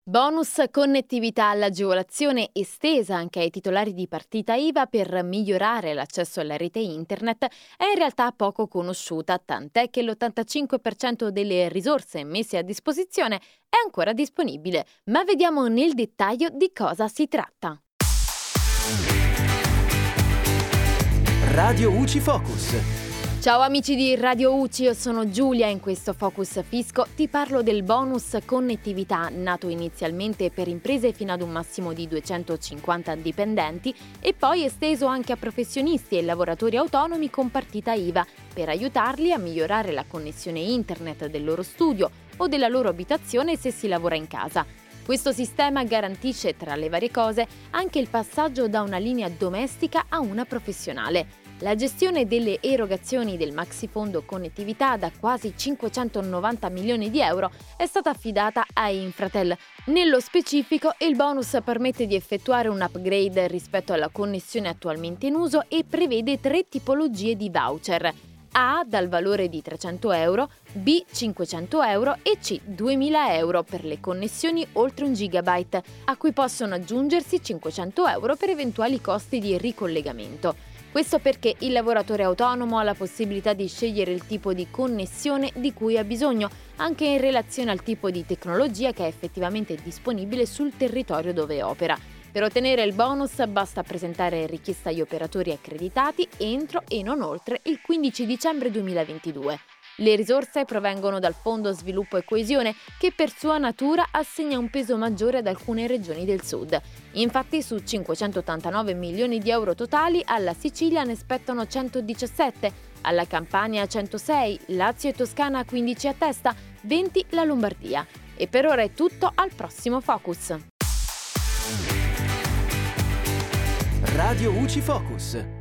Bonus connettività all'agevolazione estesa anche ai titolari di partita IVA per migliorare l'accesso alla rete internet è in realtà poco conosciuta, tant'è che l'85% delle risorse messe a disposizione è ancora disponibile. Ma vediamo nel dettaglio di cosa si tratta. Radio UCI Focus. Ciao amici di Radio UCI, io sono Giulia e in questo Focus Fisco ti parlo del bonus connettività nato inizialmente per imprese fino ad un massimo di 250 dipendenti e poi esteso anche a professionisti e lavoratori autonomi con partita IVA per aiutarli a migliorare la connessione internet del loro studio o della loro abitazione se si lavora in casa. Questo sistema garantisce, tra le varie cose, anche il passaggio da una linea domestica a una professionale. La gestione delle erogazioni del Maxifondo Connettività da quasi 590 milioni di euro è stata affidata a Infratel. Nello specifico, il bonus permette di effettuare un upgrade rispetto alla connessione attualmente in uso e prevede 3 tipologie di voucher. A dal valore di 300 euro, B 500 euro e C 2000 euro per le connessioni oltre 1 gigabyte, a cui possono aggiungersi 500 euro per eventuali costi di ricollegamento. Questo perché il lavoratore autonomo ha la possibilità di scegliere il tipo di connessione di cui ha bisogno, anche in relazione al tipo di tecnologia che è effettivamente disponibile sul territorio dove opera. Per ottenere il bonus basta presentare richiesta agli operatori accreditati entro e non oltre il 15 dicembre 2022. Le risorse provengono dal Fondo Sviluppo e Coesione, che per sua natura assegna un peso maggiore ad alcune regioni del sud. Infatti, su 589 milioni di euro totali, alla Sicilia ne spettano 117, alla Campania 106, Lazio e Toscana 15 a testa, 20 la Lombardia. E per ora è tutto, al prossimo Focus. Radio UCI Focus.